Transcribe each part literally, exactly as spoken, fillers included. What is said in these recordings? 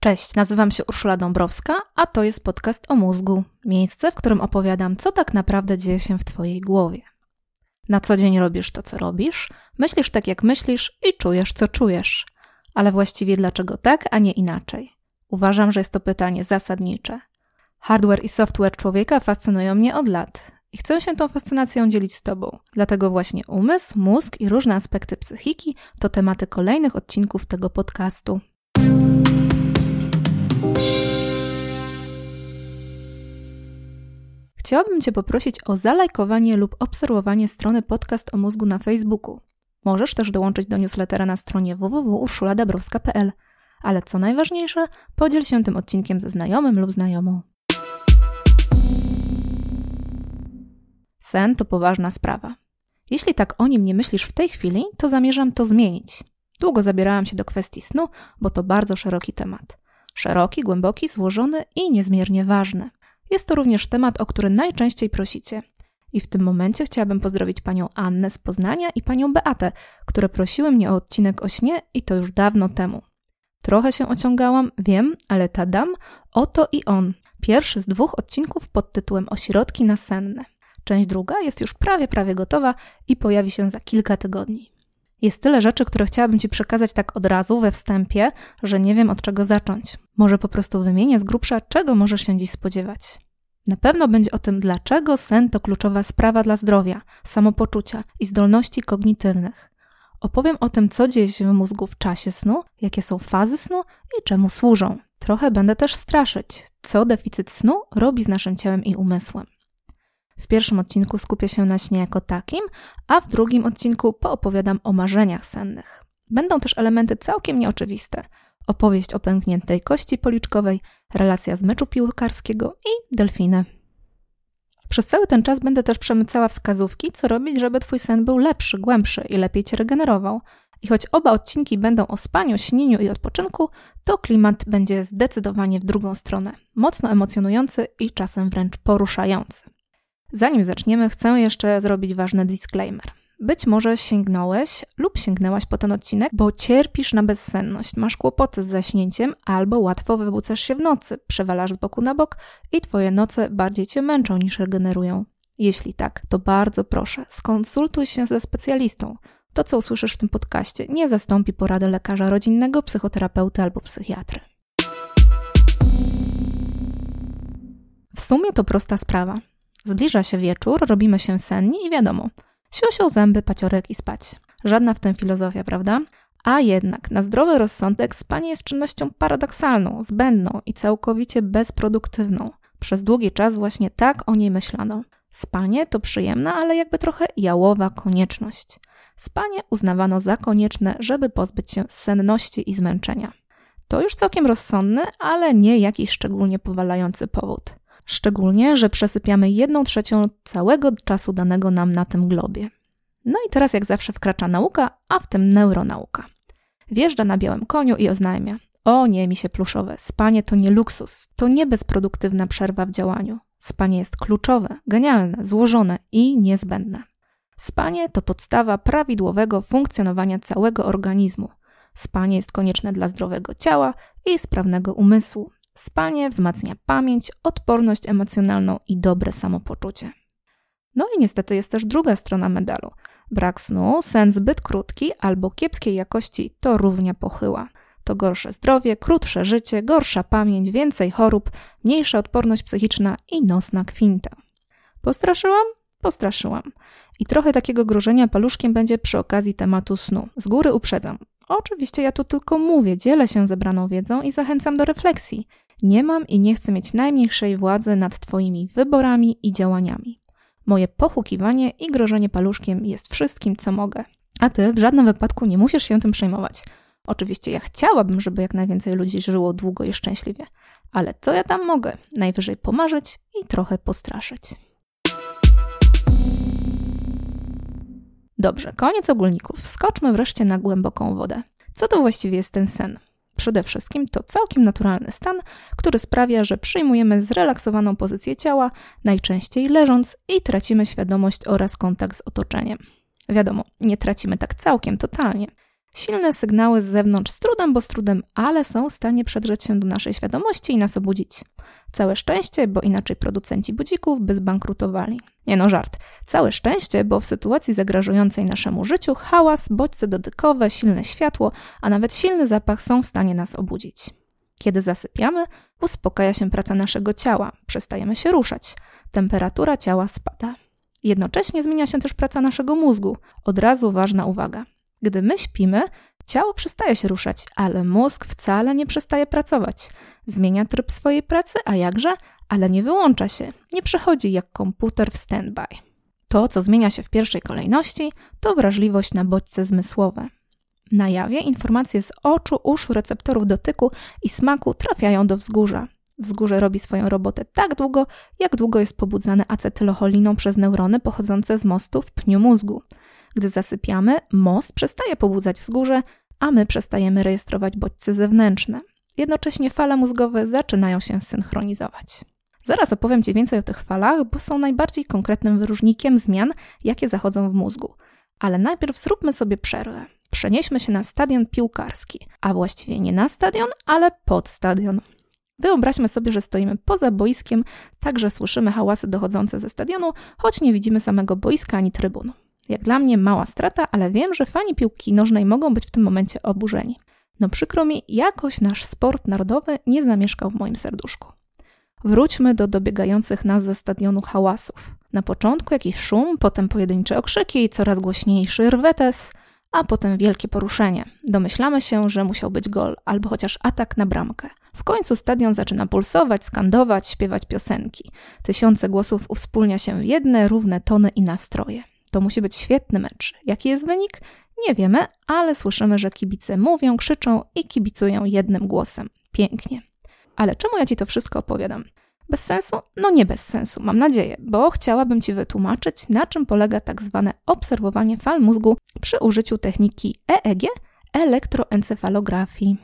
Cześć, nazywam się Urszula Dąbrowska, a to jest podcast o mózgu. Miejsce, w którym opowiadam, co tak naprawdę dzieje się w Twojej głowie. Na co dzień robisz to, co robisz, myślisz tak, jak myślisz i czujesz, co czujesz. Ale właściwie dlaczego tak, a nie inaczej? Uważam, że jest to pytanie zasadnicze. Hardware i software człowieka fascynują mnie od lat i chcę się tą fascynacją dzielić z Tobą. Dlatego właśnie umysł, mózg i różne aspekty psychiki to tematy kolejnych odcinków tego podcastu. Chciałabym Cię poprosić o zalajkowanie lub obserwowanie strony Podcast o mózgu na Facebooku. Możesz też dołączyć do newslettera na stronie w w w kropka urszula dabrowska kropka p l. Ale co najważniejsze, podziel się tym odcinkiem ze znajomym lub znajomą. Sen to poważna sprawa. Jeśli tak o nim nie myślisz w tej chwili, to zamierzam to zmienić. Długo zabierałam się do kwestii snu, bo to bardzo szeroki temat. Szeroki, głęboki, złożony i niezmiernie ważny. Jest to również temat, o który najczęściej prosicie. I w tym momencie chciałabym pozdrowić panią Annę z Poznania i panią Beatę, które prosiły mnie o odcinek o śnie i to już dawno temu. Trochę się ociągałam, wiem, ale tadam, oto i on. Pierwszy z dwóch odcinków pod tytułem Ośrodki nasenne. Część druga jest już prawie, prawie gotowa i pojawi się za kilka tygodni. Jest tyle rzeczy, które chciałabym Ci przekazać tak od razu, we wstępie, że nie wiem od czego zacząć. Może po prostu wymienię z grubsza, czego możesz się dziś spodziewać. Na pewno będzie o tym, dlaczego sen to kluczowa sprawa dla zdrowia, samopoczucia i zdolności kognitywnych. Opowiem o tym, co dzieje się w mózgu w czasie snu, jakie są fazy snu i czemu służą. Trochę będę też straszyć, co deficyt snu robi z naszym ciałem i umysłem. W pierwszym odcinku skupię się na śnie jako takim, a w drugim odcinku poopowiadam o marzeniach sennych. Będą też elementy całkiem nieoczywiste. Opowieść o pękniętej kości policzkowej, relacja z meczu piłkarskiego i delfiny. Przez cały ten czas będę też przemycała wskazówki, co robić, żeby Twój sen był lepszy, głębszy i lepiej Cię regenerował. I choć oba odcinki będą o spaniu, śnieniu i odpoczynku, to klimat będzie zdecydowanie w drugą stronę. Mocno emocjonujący i czasem wręcz poruszający. Zanim zaczniemy, chcę jeszcze zrobić ważny disclaimer. Być może sięgnąłeś lub sięgnęłaś po ten odcinek, bo cierpisz na bezsenność, masz kłopoty z zaśnięciem albo łatwo wywrócasz się w nocy, przewalasz z boku na bok i Twoje noce bardziej Cię męczą niż regenerują. Jeśli tak, to bardzo proszę, skonsultuj się ze specjalistą. To, co usłyszysz w tym podcaście, nie zastąpi porady lekarza rodzinnego, psychoterapeuty albo psychiatry. W sumie to prosta sprawa. Zbliża się wieczór, robimy się senni i wiadomo, siusiu, zęby, paciorek i spać. Żadna w tym filozofia, prawda? A jednak na zdrowy rozsądek spanie jest czynnością paradoksalną, zbędną i całkowicie bezproduktywną. Przez długi czas właśnie tak o niej myślano. Spanie to przyjemna, ale jakby trochę jałowa konieczność. Spanie uznawano za konieczne, żeby pozbyć się senności i zmęczenia. To już całkiem rozsądny, ale nie jakiś szczególnie powalający powód. Szczególnie, że przesypiamy jedną trzecią całego czasu danego nam na tym globie. No i teraz jak zawsze wkracza nauka, a w tym neuronauka. Wjeżdża na białym koniu i oznajmia: o nie, misie pluszowe, spanie to nie luksus, to nie bezproduktywna przerwa w działaniu. Spanie jest kluczowe, genialne, złożone i niezbędne. Spanie to podstawa prawidłowego funkcjonowania całego organizmu. Spanie jest konieczne dla zdrowego ciała i sprawnego umysłu. Spanie wzmacnia pamięć, odporność emocjonalną i dobre samopoczucie. No i niestety jest też druga strona medalu. Brak snu, sen zbyt krótki albo kiepskiej jakości to równia pochyła. To gorsze zdrowie, krótsze życie, gorsza pamięć, więcej chorób, mniejsza odporność psychiczna i nocna kwinta. Postraszyłam? Postraszyłam. I trochę takiego grożenia paluszkiem będzie przy okazji tematu snu. Z góry uprzedzam. Oczywiście ja tu tylko mówię, dzielę się zebraną wiedzą i zachęcam do refleksji. Nie mam i nie chcę mieć najmniejszej władzy nad Twoimi wyborami i działaniami. Moje pochukiwanie i grożenie paluszkiem jest wszystkim, co mogę. A Ty w żadnym wypadku nie musisz się tym przejmować. Oczywiście ja chciałabym, żeby jak najwięcej ludzi żyło długo i szczęśliwie. Ale co ja tam mogę? Najwyżej pomarzyć i trochę postraszyć. Dobrze, koniec ogólników. Wskoczmy wreszcie na głęboką wodę. Co to właściwie jest ten sen? Przede wszystkim to całkiem naturalny stan, który sprawia, że przyjmujemy zrelaksowaną pozycję ciała, najczęściej leżąc i tracimy świadomość oraz kontakt z otoczeniem. Wiadomo, nie tracimy tak całkiem totalnie. Silne sygnały z zewnątrz z trudem, bo z trudem, ale są w stanie przedrzeć się do naszej świadomości i nas obudzić. Całe szczęście, bo inaczej producenci budzików by zbankrutowali. Nie no, żart. Całe szczęście, bo w sytuacji zagrażającej naszemu życiu hałas, bodźce dotykowe, silne światło, a nawet silny zapach są w stanie nas obudzić. Kiedy zasypiamy, uspokaja się praca naszego ciała, przestajemy się ruszać, temperatura ciała spada. Jednocześnie zmienia się też praca naszego mózgu. Od razu ważna uwaga. Gdy my śpimy, ciało przestaje się ruszać, ale mózg wcale nie przestaje pracować. Zmienia tryb swojej pracy, a jakże? Ale nie wyłącza się, nie przechodzi jak komputer w standby. To, co zmienia się w pierwszej kolejności, to wrażliwość na bodźce zmysłowe. Na jawie informacje z oczu, uszu, receptorów dotyku i smaku trafiają do wzgórza. Wzgórze robi swoją robotę tak długo, jak długo jest pobudzane acetylcholiną przez neurony pochodzące z mostu w pniu mózgu. Gdy zasypiamy, most przestaje pobudzać wzgórze, a my przestajemy rejestrować bodźce zewnętrzne. Jednocześnie fale mózgowe zaczynają się synchronizować. Zaraz opowiem Ci więcej o tych falach, bo są najbardziej konkretnym wyróżnikiem zmian, jakie zachodzą w mózgu. Ale najpierw zróbmy sobie przerwę. Przenieśmy się na stadion piłkarski, a właściwie nie na stadion, ale pod stadion. Wyobraźmy sobie, że stoimy poza boiskiem, także słyszymy hałasy dochodzące ze stadionu, choć nie widzimy samego boiska ani trybun. Jak dla mnie mała strata, ale wiem, że fani piłki nożnej mogą być w tym momencie oburzeni. No przykro mi, jakoś nasz sport narodowy nie zamieszkał w moim serduszku. Wróćmy do dobiegających nas ze stadionu hałasów. Na początku jakiś szum, potem pojedyncze okrzyki, coraz głośniejszy rwetes, a potem wielkie poruszenie. Domyślamy się, że musiał być gol, albo chociaż atak na bramkę. W końcu stadion zaczyna pulsować, skandować, śpiewać piosenki. Tysiące głosów uwspólnia się w jedne, równe tony i nastroje. To musi być świetny mecz. Jaki jest wynik? Nie wiemy, ale słyszymy, że kibice mówią, krzyczą i kibicują jednym głosem. Pięknie. Ale czemu ja Ci to wszystko opowiadam? Bez sensu? No nie bez sensu, mam nadzieję, bo chciałabym Ci wytłumaczyć, na czym polega tak zwane obserwowanie fal mózgu przy użyciu techniki E E G, elektroencefalografii.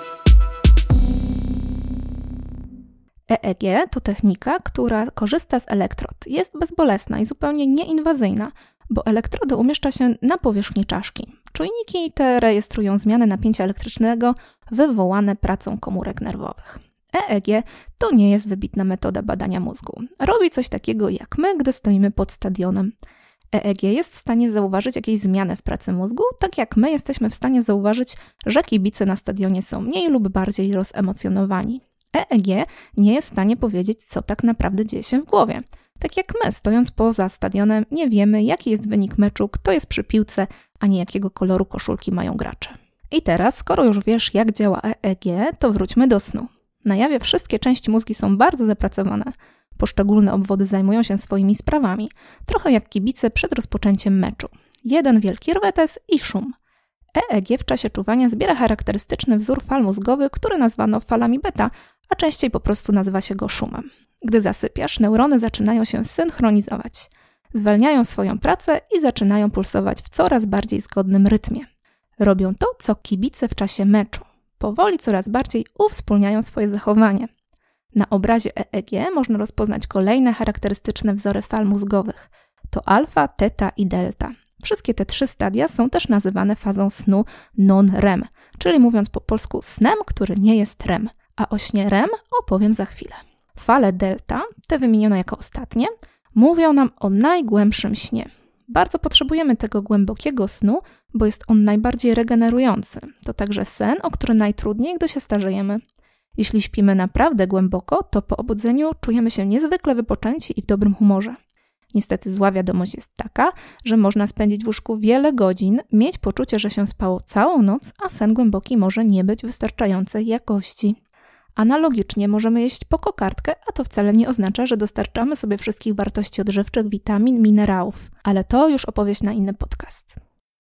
E E G to technika, która korzysta z elektrod. Jest bezbolesna i zupełnie nieinwazyjna, bo elektrody umieszcza się na powierzchni czaszki. Czujniki te rejestrują zmiany napięcia elektrycznego wywołane pracą komórek nerwowych. E E G to nie jest wybitna metoda badania mózgu. Robi coś takiego jak my, gdy stoimy pod stadionem. E E G jest w stanie zauważyć jakieś zmiany w pracy mózgu, tak jak my jesteśmy w stanie zauważyć, że kibice na stadionie są mniej lub bardziej rozemocjonowani. E E G nie jest w stanie powiedzieć, co tak naprawdę dzieje się w głowie. Tak jak my, stojąc poza stadionem, nie wiemy, jaki jest wynik meczu, kto jest przy piłce, ani jakiego koloru koszulki mają gracze. I teraz, skoro już wiesz, jak działa E E G, to wróćmy do snu. Na jawie wszystkie części mózgu są bardzo zapracowane. Poszczególne obwody zajmują się swoimi sprawami, trochę jak kibice przed rozpoczęciem meczu. Jeden wielki rwetes i szum. E E G w czasie czuwania zbiera charakterystyczny wzór fal mózgowych, który nazwano falami beta, a częściej po prostu nazywa się go szumem. Gdy zasypiasz, neurony zaczynają się synchronizować. Zwalniają swoją pracę i zaczynają pulsować w coraz bardziej zgodnym rytmie. Robią to, co kibice w czasie meczu. Powoli coraz bardziej uwspólniają swoje zachowanie. Na obrazie E E G można rozpoznać kolejne charakterystyczne wzory fal mózgowych. To alfa, teta i delta. Wszystkie te trzy stadia są też nazywane fazą snu non-R E M, czyli mówiąc po polsku snem, który nie jest R E M, a o śnie R E M opowiem za chwilę. Fale delta, te wymienione jako ostatnie, mówią nam o najgłębszym śnie. Bardzo potrzebujemy tego głębokiego snu, bo jest on najbardziej regenerujący. To także sen, o który najtrudniej, gdy się starzejemy. Jeśli śpimy naprawdę głęboko, to po obudzeniu czujemy się niezwykle wypoczęci i w dobrym humorze. Niestety zła wiadomość jest taka, że można spędzić w łóżku wiele godzin, mieć poczucie, że się spało całą noc, a sen głęboki może nie być wystarczającej jakości. Analogicznie możemy jeść po kokardkę, a to wcale nie oznacza, że dostarczamy sobie wszystkich wartości odżywczych, witamin, minerałów. Ale to już opowieść na inny podcast.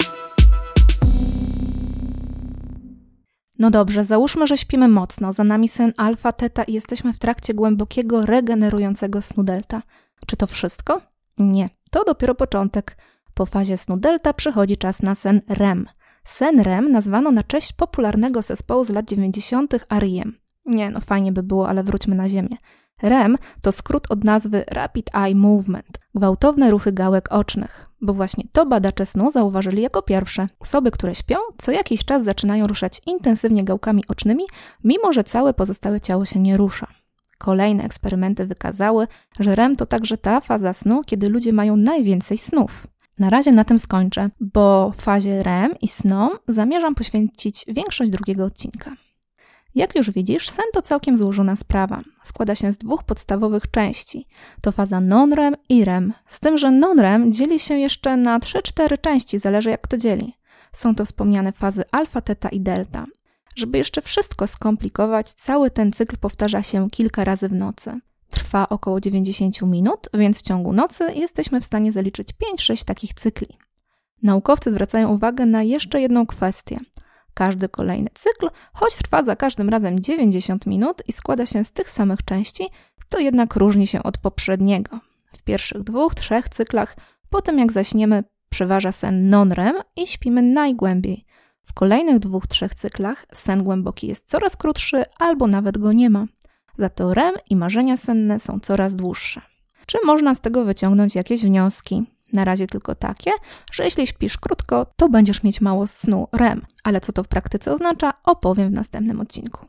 No dobrze, załóżmy, że śpimy mocno, za nami sen alfa, teta i jesteśmy w trakcie głębokiego, regenerującego snu delta. Czy to wszystko? Nie, to dopiero początek. Po fazie snu delta przychodzi czas na sen R E M. Sen R E M nazwano na cześć popularnego zespołu z lat dziewięćdziesiątych R E M. Nie, no fajnie by było, ale wróćmy na ziemię. R E M to skrót od nazwy Rapid Eye Movement, gwałtowne ruchy gałek ocznych, bo właśnie to badacze snu zauważyli jako pierwsze. Osoby, które śpią, co jakiś czas zaczynają ruszać intensywnie gałkami ocznymi, mimo że całe pozostałe ciało się nie rusza. Kolejne eksperymenty wykazały, że R E M to także ta faza snu, kiedy ludzie mają najwięcej snów. Na razie na tym skończę, bo fazie R E M i snom zamierzam poświęcić większość drugiego odcinka. Jak już widzisz, sen to całkiem złożona sprawa. Składa się z dwóch podstawowych części. To faza non-R E M i R E M. Z tym, że non-R E M dzieli się jeszcze na trzy cztery części, zależy jak to dzieli. Są to wspomniane fazy alfa, teta i delta. Żeby jeszcze wszystko skomplikować, cały ten cykl powtarza się kilka razy w nocy. Trwa około dziewięćdziesiąt minut, więc w ciągu nocy jesteśmy w stanie zaliczyć pięć sześć takich cykli. Naukowcy zwracają uwagę na jeszcze jedną kwestię. Każdy kolejny cykl, choć trwa za każdym razem dziewięćdziesiąt minut i składa się z tych samych części, to jednak różni się od poprzedniego. W pierwszych dwóch, trzech cyklach, po tym jak zaśniemy, przeważa sen non-R E M i śpimy najgłębiej. W kolejnych dwóch, trzech cyklach sen głęboki jest coraz krótszy albo nawet go nie ma. Za to R E M i marzenia senne są coraz dłuższe. Czy można z tego wyciągnąć jakieś wnioski? Na razie tylko takie, że jeśli śpisz krótko, to będziesz mieć mało snu R E M. Ale co to w praktyce oznacza, opowiem w następnym odcinku.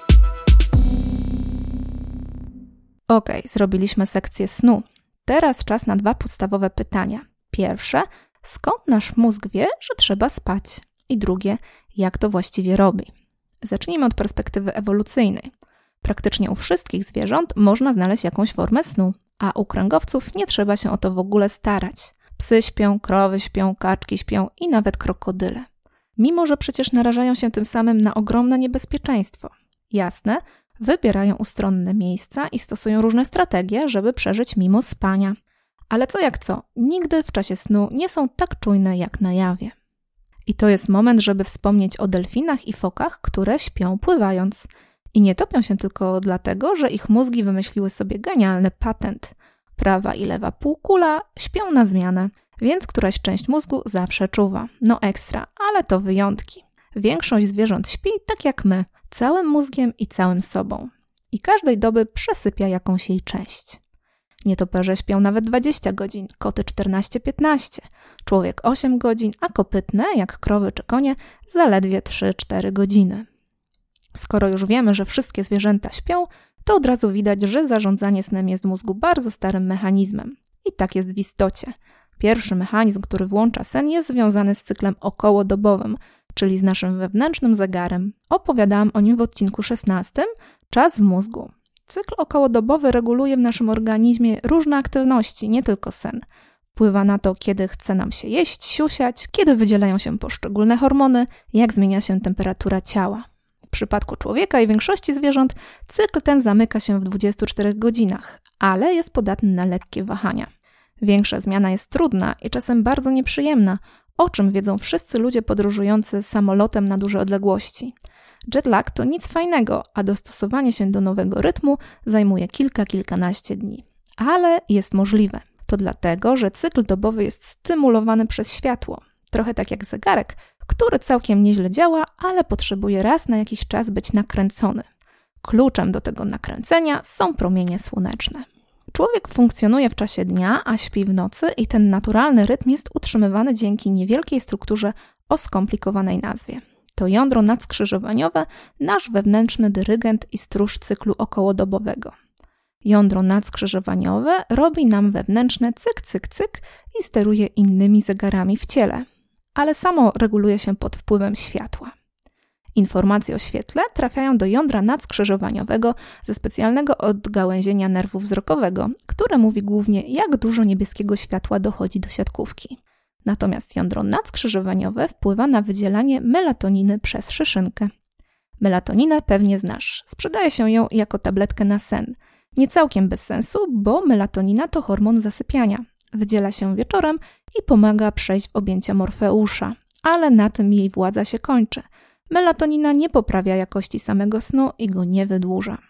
Ok, zrobiliśmy sekcję snu. Teraz czas na dwa podstawowe pytania. Pierwsze, skąd nasz mózg wie, że trzeba spać? I drugie, jak to właściwie robi? Zacznijmy od perspektywy ewolucyjnej. Praktycznie u wszystkich zwierząt można znaleźć jakąś formę snu, a u kręgowców nie trzeba się o to w ogóle starać. Psy śpią, krowy śpią, kaczki śpią i nawet krokodyle. Mimo że przecież narażają się tym samym na ogromne niebezpieczeństwo. Jasne, wybierają ustronne miejsca i stosują różne strategie, żeby przeżyć mimo spania. Ale co jak co, nigdy w czasie snu nie są tak czujne jak na jawie. I to jest moment, żeby wspomnieć o delfinach i fokach, które śpią pływając. I nie topią się tylko dlatego, że ich mózgi wymyśliły sobie genialny patent. Prawa i lewa półkula śpią na zmianę, więc któraś część mózgu zawsze czuwa. No ekstra, ale to wyjątki. Większość zwierząt śpi tak jak my, całym mózgiem i całym sobą. I każdej doby przesypia jakąś jej część. Nietoperze śpią nawet dwadzieścia godzin, koty czternaście piętnaście, człowiek osiem godzin, a kopytne, jak krowy czy konie, zaledwie trzy cztery godziny. Skoro już wiemy, że wszystkie zwierzęta śpią, to od razu widać, że zarządzanie snem jest w mózgu bardzo starym mechanizmem. I tak jest w istocie. Pierwszy mechanizm, który włącza sen, jest związany z cyklem okołodobowym, czyli z naszym wewnętrznym zegarem. Opowiadałam o nim w odcinku szesnastym, czas w mózgu. Cykl okołodobowy reguluje w naszym organizmie różne aktywności, nie tylko sen. Wpływa na to, kiedy chce nam się jeść, siusiać, kiedy wydzielają się poszczególne hormony, jak zmienia się temperatura ciała. W przypadku człowieka i większości zwierząt cykl ten zamyka się w dwudziestu czterech godzinach, ale jest podatny na lekkie wahania. Większa zmiana jest trudna i czasem bardzo nieprzyjemna, o czym wiedzą wszyscy ludzie podróżujący samolotem na duże odległości. Jetlag to nic fajnego, a dostosowanie się do nowego rytmu zajmuje kilka, kilkanaście dni. Ale jest możliwe. To dlatego, że cykl dobowy jest stymulowany przez światło. Trochę tak jak zegarek, który całkiem nieźle działa, ale potrzebuje raz na jakiś czas być nakręcony. Kluczem do tego nakręcenia są promienie słoneczne. Człowiek funkcjonuje w czasie dnia, a śpi w nocy i ten naturalny rytm jest utrzymywany dzięki niewielkiej strukturze o skomplikowanej nazwie. To jądro nadskrzyżowaniowe, nasz wewnętrzny dyrygent i stróż cyklu okołodobowego. Jądro nadskrzyżowaniowe robi nam wewnętrzne cyk, cyk, cyk i steruje innymi zegarami w ciele, ale samo reguluje się pod wpływem światła. Informacje o świetle trafiają do jądra nadskrzyżowaniowego ze specjalnego odgałęzienia nerwu wzrokowego, które mówi głównie, jak dużo niebieskiego światła dochodzi do siatkówki. Natomiast jądro nadskrzyżowaniowe wpływa na wydzielanie melatoniny przez szyszynkę. Melatoninę pewnie znasz. Sprzedaje się ją jako tabletkę na sen. Nie całkiem bez sensu, bo melatonina to hormon zasypiania. Wydziela się wieczorem i pomaga przejść w objęcia Morfeusza, ale na tym jej władza się kończy. Melatonina nie poprawia jakości samego snu i go nie wydłuża.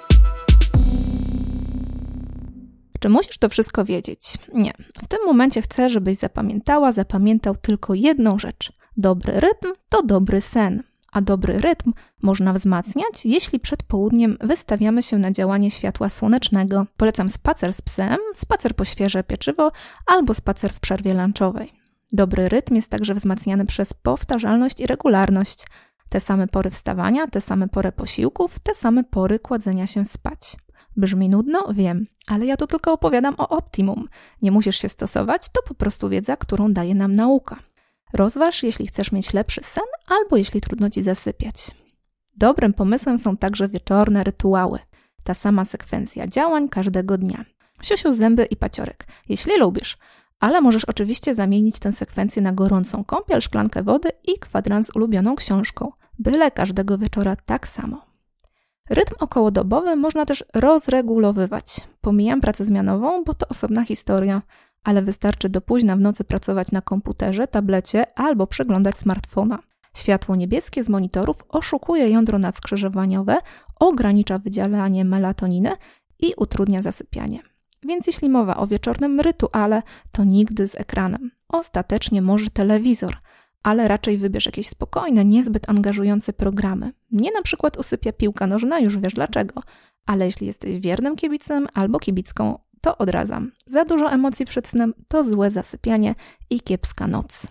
Czy musisz to wszystko wiedzieć? Nie. W tym momencie chcę, żebyś zapamiętała, zapamiętał tylko jedną rzecz. Dobry rytm to dobry sen. A dobry rytm można wzmacniać, jeśli przed południem wystawiamy się na działanie światła słonecznego. Polecam spacer z psem, spacer po świeże pieczywo albo spacer w przerwie lunchowej. Dobry rytm jest także wzmacniany przez powtarzalność i regularność. Te same pory wstawania, te same pory posiłków, te same pory kładzenia się spać. Brzmi nudno? Wiem, ale ja tu tylko opowiadam o optimum. Nie musisz się stosować, to po prostu wiedza, którą daje nam nauka. Rozważ, jeśli chcesz mieć lepszy sen, albo jeśli trudno ci zasypiać. Dobrym pomysłem są także wieczorne rytuały. Ta sama sekwencja działań każdego dnia. Siusiu, zęby i paciorek, jeśli lubisz. Ale możesz oczywiście zamienić tę sekwencję na gorącą kąpiel, szklankę wody i kwadrans z ulubioną książką. Byle każdego wieczora tak samo. Rytm okołodobowy można też rozregulowywać. Pomijam pracę zmianową, bo to osobna historia, ale wystarczy do późna w nocy pracować na komputerze, tablecie albo przeglądać smartfona. Światło niebieskie z monitorów oszukuje jądro nadskrzyżowaniowe, ogranicza wydzielanie melatoniny i utrudnia zasypianie. Więc jeśli mowa o wieczornym rytuale, to nigdy z ekranem. Ostatecznie może telewizor, ale raczej wybierz jakieś spokojne, niezbyt angażujące programy. Mnie na przykład usypia piłka nożna, już wiesz dlaczego. Ale jeśli jesteś wiernym kibicem albo kibicką, to odradzam. Za dużo emocji przed snem to złe zasypianie i kiepska noc.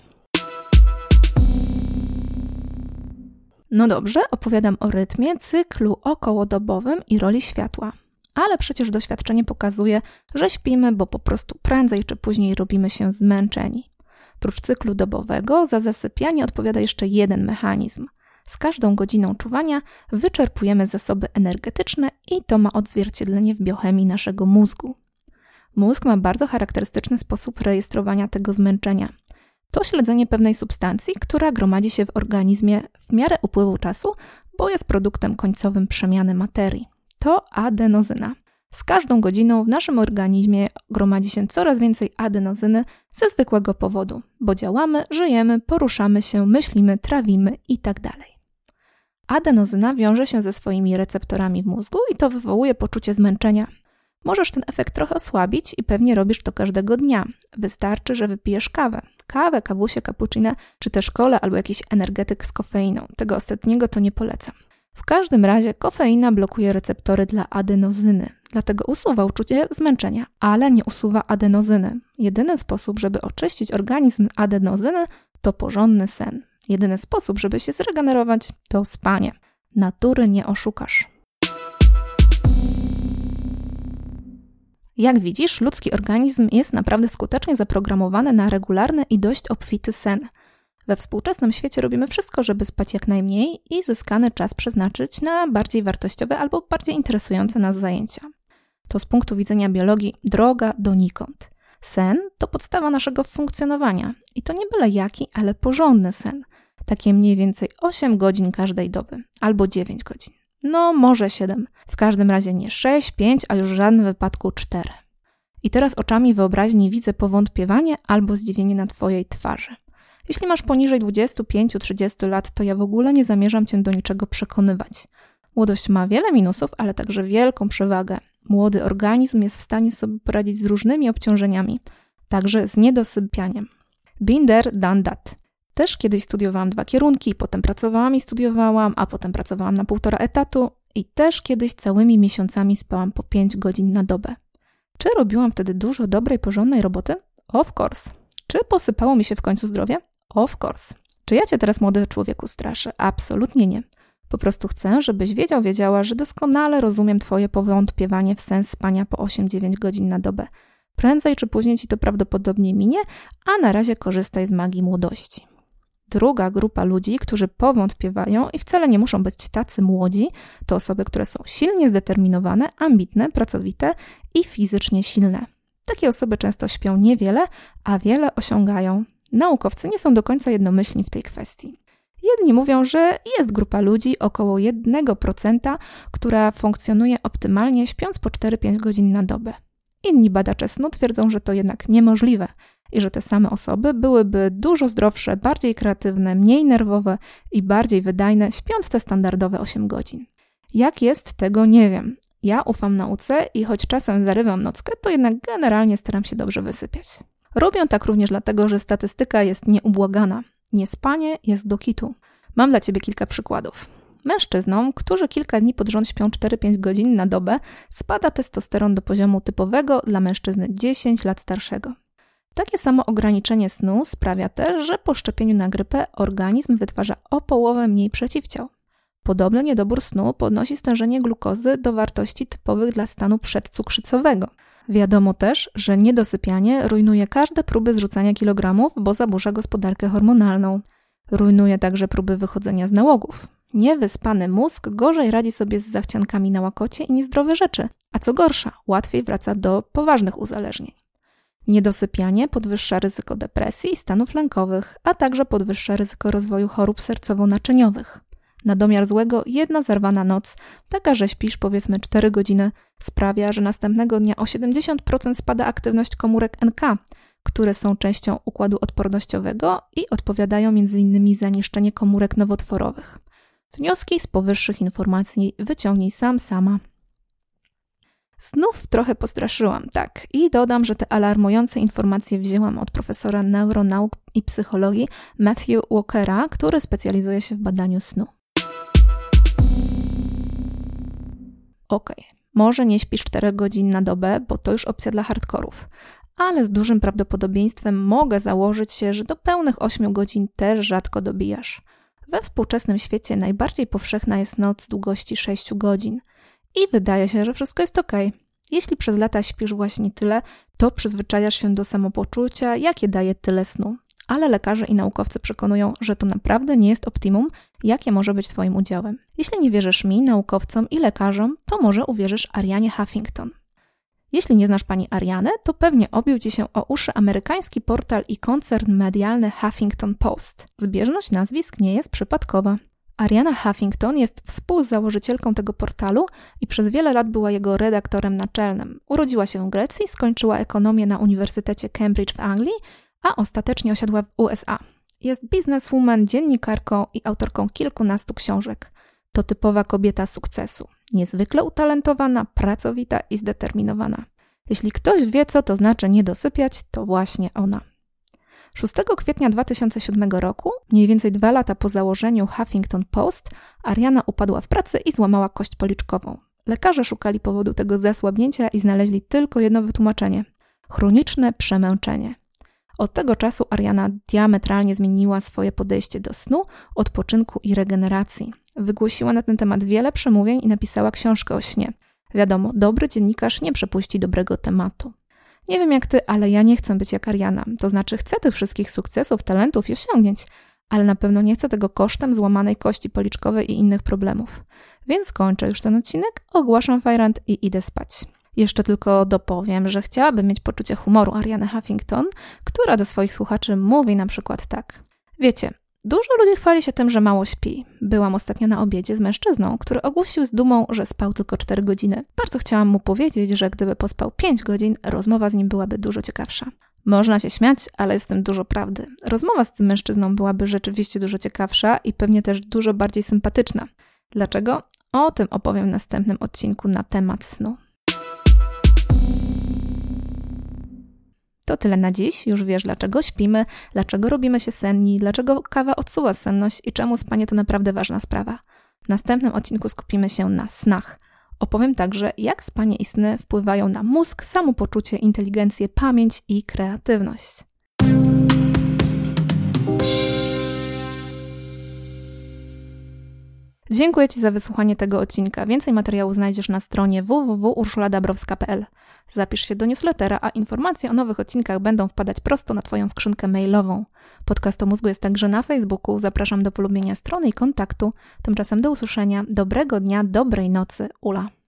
No dobrze, opowiadam o rytmie, cyklu okołodobowym i roli światła. Ale przecież doświadczenie pokazuje, że śpimy, bo po prostu prędzej czy później robimy się zmęczeni. Prócz cyklu dobowego za zasypianie odpowiada jeszcze jeden mechanizm. Z każdą godziną czuwania wyczerpujemy zasoby energetyczne i to ma odzwierciedlenie w biochemii naszego mózgu. Mózg ma bardzo charakterystyczny sposób rejestrowania tego zmęczenia. To śledzenie pewnej substancji, która gromadzi się w organizmie w miarę upływu czasu, bo jest produktem końcowym przemiany materii. To adenozyna. Z każdą godziną w naszym organizmie gromadzi się coraz więcej adenozyny ze zwykłego powodu, bo działamy, żyjemy, poruszamy się, myślimy, trawimy itd. Adenozyna wiąże się ze swoimi receptorami w mózgu i to wywołuje poczucie zmęczenia. Możesz ten efekt trochę osłabić i pewnie robisz to każdego dnia. Wystarczy, że wypijesz kawę. Kawę, kawusie, cappuccino, czy też kole albo jakiś energetyk z kofeiną. Tego ostatniego to nie polecam. W każdym razie kofeina blokuje receptory dla adenozyny, dlatego usuwa uczucie zmęczenia, ale nie usuwa adenozyny. Jedyny sposób, żeby oczyścić organizm z adenozyny, to porządny sen. Jedyny sposób, żeby się zregenerować, to spanie. Natury nie oszukasz. Jak widzisz, ludzki organizm jest naprawdę skutecznie zaprogramowany na regularny i dość obfity sen. We współczesnym świecie robimy wszystko, żeby spać jak najmniej i zyskany czas przeznaczyć na bardziej wartościowe albo bardziej interesujące nas zajęcia. To z punktu widzenia biologii droga donikąd. Sen to podstawa naszego funkcjonowania i to nie byle jaki, ale porządny sen. Takie mniej więcej osiem godzin każdej doby albo dziewięć godzin. No może siedem. W każdym razie nie sześć, pięć, a już w żadnym wypadku cztery. I teraz oczami wyobraźni widzę powątpiewanie albo zdziwienie na twojej twarzy. Jeśli masz poniżej dwudziestu pięciu do trzydziestu lat, to ja w ogóle nie zamierzam cię do niczego przekonywać. Młodość ma wiele minusów, ale także wielką przewagę. Młody organizm jest w stanie sobie poradzić z różnymi obciążeniami, także z niedosypianiem. Been there, done that. Też kiedyś studiowałam dwa kierunki, potem pracowałam i studiowałam, a potem pracowałam na półtora etatu i też kiedyś całymi miesiącami spałam po pięć godzin na dobę. Czy robiłam wtedy dużo dobrej, porządnej roboty? Of course. Czy posypało mi się w końcu zdrowie? Of course. Czy ja cię teraz, młody człowieku, straszę? Absolutnie nie. Po prostu chcę, żebyś wiedział, wiedziała, że doskonale rozumiem twoje powątpiewanie w sens spania po osiem dziewięć godzin na dobę. Prędzej czy później ci to prawdopodobnie minie, a na razie korzystaj z magii młodości. Druga grupa ludzi, którzy powątpiewają i wcale nie muszą być tacy młodzi, to osoby, które są silnie zdeterminowane, ambitne, pracowite i fizycznie silne. Takie osoby często śpią niewiele, a wiele osiągają. Naukowcy nie są do końca jednomyślni w tej kwestii. Jedni mówią, że jest grupa ludzi, około jednego procenta, która funkcjonuje optymalnie, śpiąc po cztery pięć godzin na dobę. Inni badacze snu twierdzą, że to jednak niemożliwe i że te same osoby byłyby dużo zdrowsze, bardziej kreatywne, mniej nerwowe i bardziej wydajne, śpiąc te standardowe osiem godzin. Jak jest, tego nie wiem. Ja ufam nauce i choć czasem zarywam nockę, to jednak generalnie staram się dobrze wysypiać. Robię tak również dlatego, że statystyka jest nieubłagana. Niespanie jest do kitu. Mam dla Ciebie kilka przykładów. Mężczyznom, którzy kilka dni pod rząd śpią cztery pięć godzin na dobę, spada testosteron do poziomu typowego dla mężczyzny dziesięć lat starszego. Takie samo ograniczenie snu sprawia też, że po szczepieniu na grypę organizm wytwarza o połowę mniej przeciwciał. Podobno niedobór snu podnosi stężenie glukozy do wartości typowych dla stanu przedcukrzycowego. Wiadomo też, że niedosypianie rujnuje każde próby zrzucania kilogramów, bo zaburza gospodarkę hormonalną. Rujnuje także próby wychodzenia z nałogów. Niewyspany mózg gorzej radzi sobie z zachciankami na łakocie i niezdrowe rzeczy, a co gorsza, łatwiej wraca do poważnych uzależnień. Niedosypianie podwyższa ryzyko depresji i stanów lękowych, a także podwyższa ryzyko rozwoju chorób sercowo-naczyniowych. Na domiar złego jedna zerwana noc, taka, że śpisz powiedzmy cztery godziny, sprawia, że następnego dnia o siedemdziesiąt procent spada aktywność komórek N K, które są częścią układu odpornościowego i odpowiadają między innymi za niszczenie komórek nowotworowych. Wnioski z powyższych informacji wyciągnij sam, sama. Znów trochę postraszyłam, tak, i dodam, że te alarmujące informacje wzięłam od profesora neuronauk i psychologii Matthew Walkera, który specjalizuje się w badaniu snu. Okej, okay. Może nie śpisz cztery godziny na dobę, bo to już opcja dla hardkorów, ale z dużym prawdopodobieństwem mogę założyć się, że do pełnych ośmiu godzin też rzadko dobijasz. We współczesnym świecie najbardziej powszechna jest noc długości sześć godzin i wydaje się, że wszystko jest okej. Okay. Jeśli przez lata śpisz właśnie tyle, to przyzwyczajasz się do samopoczucia, jakie daje tyle snu. Ale lekarze i naukowcy przekonują, że to naprawdę nie jest optimum, jakie może być Twoim udziałem. Jeśli nie wierzysz mi, naukowcom i lekarzom, to może uwierzysz Arianie Huffington. Jeśli nie znasz pani Ariany, to pewnie obił Ci się o uszy amerykański portal i koncern medialny Huffington Post. Zbieżność nazwisk nie jest przypadkowa. Ariana Huffington jest współzałożycielką tego portalu i przez wiele lat była jego redaktorem naczelnym. Urodziła się w Grecji, skończyła ekonomię na Uniwersytecie Cambridge w Anglii, a ostatecznie osiadła w U S A. Jest bizneswoman, dziennikarką i autorką kilkunastu książek. To typowa kobieta sukcesu. Niezwykle utalentowana, pracowita i zdeterminowana. Jeśli ktoś wie, co to znaczy nie dosypiać, to właśnie ona. szóstego kwietnia dwa tysiące siódmego roku, mniej więcej dwa lata po założeniu Huffington Post, Ariana upadła w pracy i złamała kość policzkową. Lekarze szukali powodu tego zasłabnięcia i znaleźli tylko jedno wytłumaczenie – chroniczne przemęczenie. Od tego czasu Ariana diametralnie zmieniła swoje podejście do snu, odpoczynku i regeneracji. Wygłosiła na ten temat wiele przemówień i napisała książkę o śnie. Wiadomo, dobry dziennikarz nie przepuści dobrego tematu. Nie wiem jak ty, ale ja nie chcę być jak Ariana. To znaczy chcę tych wszystkich sukcesów, talentów i osiągnięć, ale na pewno nie chcę tego kosztem złamanej kości policzkowej i innych problemów. Więc kończę już ten odcinek, ogłaszam fajrant i idę spać. Jeszcze tylko dopowiem, że chciałabym mieć poczucie humoru Ariany Huffington, która do swoich słuchaczy mówi na przykład tak. Wiecie, dużo ludzi chwali się tym, że mało śpi. Byłam ostatnio na obiedzie z mężczyzną, który ogłosił z dumą, że spał tylko cztery godziny. Bardzo chciałam mu powiedzieć, że gdyby pospał pięć godzin, rozmowa z nim byłaby dużo ciekawsza. Można się śmiać, ale jest w tym dużo prawdy. Rozmowa z tym mężczyzną byłaby rzeczywiście dużo ciekawsza i pewnie też dużo bardziej sympatyczna. Dlaczego? O tym opowiem w następnym odcinku na temat snu. To tyle na dziś. Już wiesz, dlaczego śpimy, dlaczego robimy się senni, dlaczego kawa odsuwa senność i czemu spanie to naprawdę ważna sprawa. W następnym odcinku skupimy się na snach. Opowiem także, jak spanie i sny wpływają na mózg, samopoczucie, inteligencję, pamięć i kreatywność. Dziękuję Ci za wysłuchanie tego odcinka. Więcej materiału znajdziesz na stronie w w w kropka urszula dabrowska kropka p l. Zapisz się do newslettera, a informacje o nowych odcinkach będą wpadać prosto na Twoją skrzynkę mailową. Podcast o mózgu jest także na Facebooku. Zapraszam do polubienia strony i kontaktu. Tymczasem do usłyszenia. Dobrego dnia, dobrej nocy. Ula.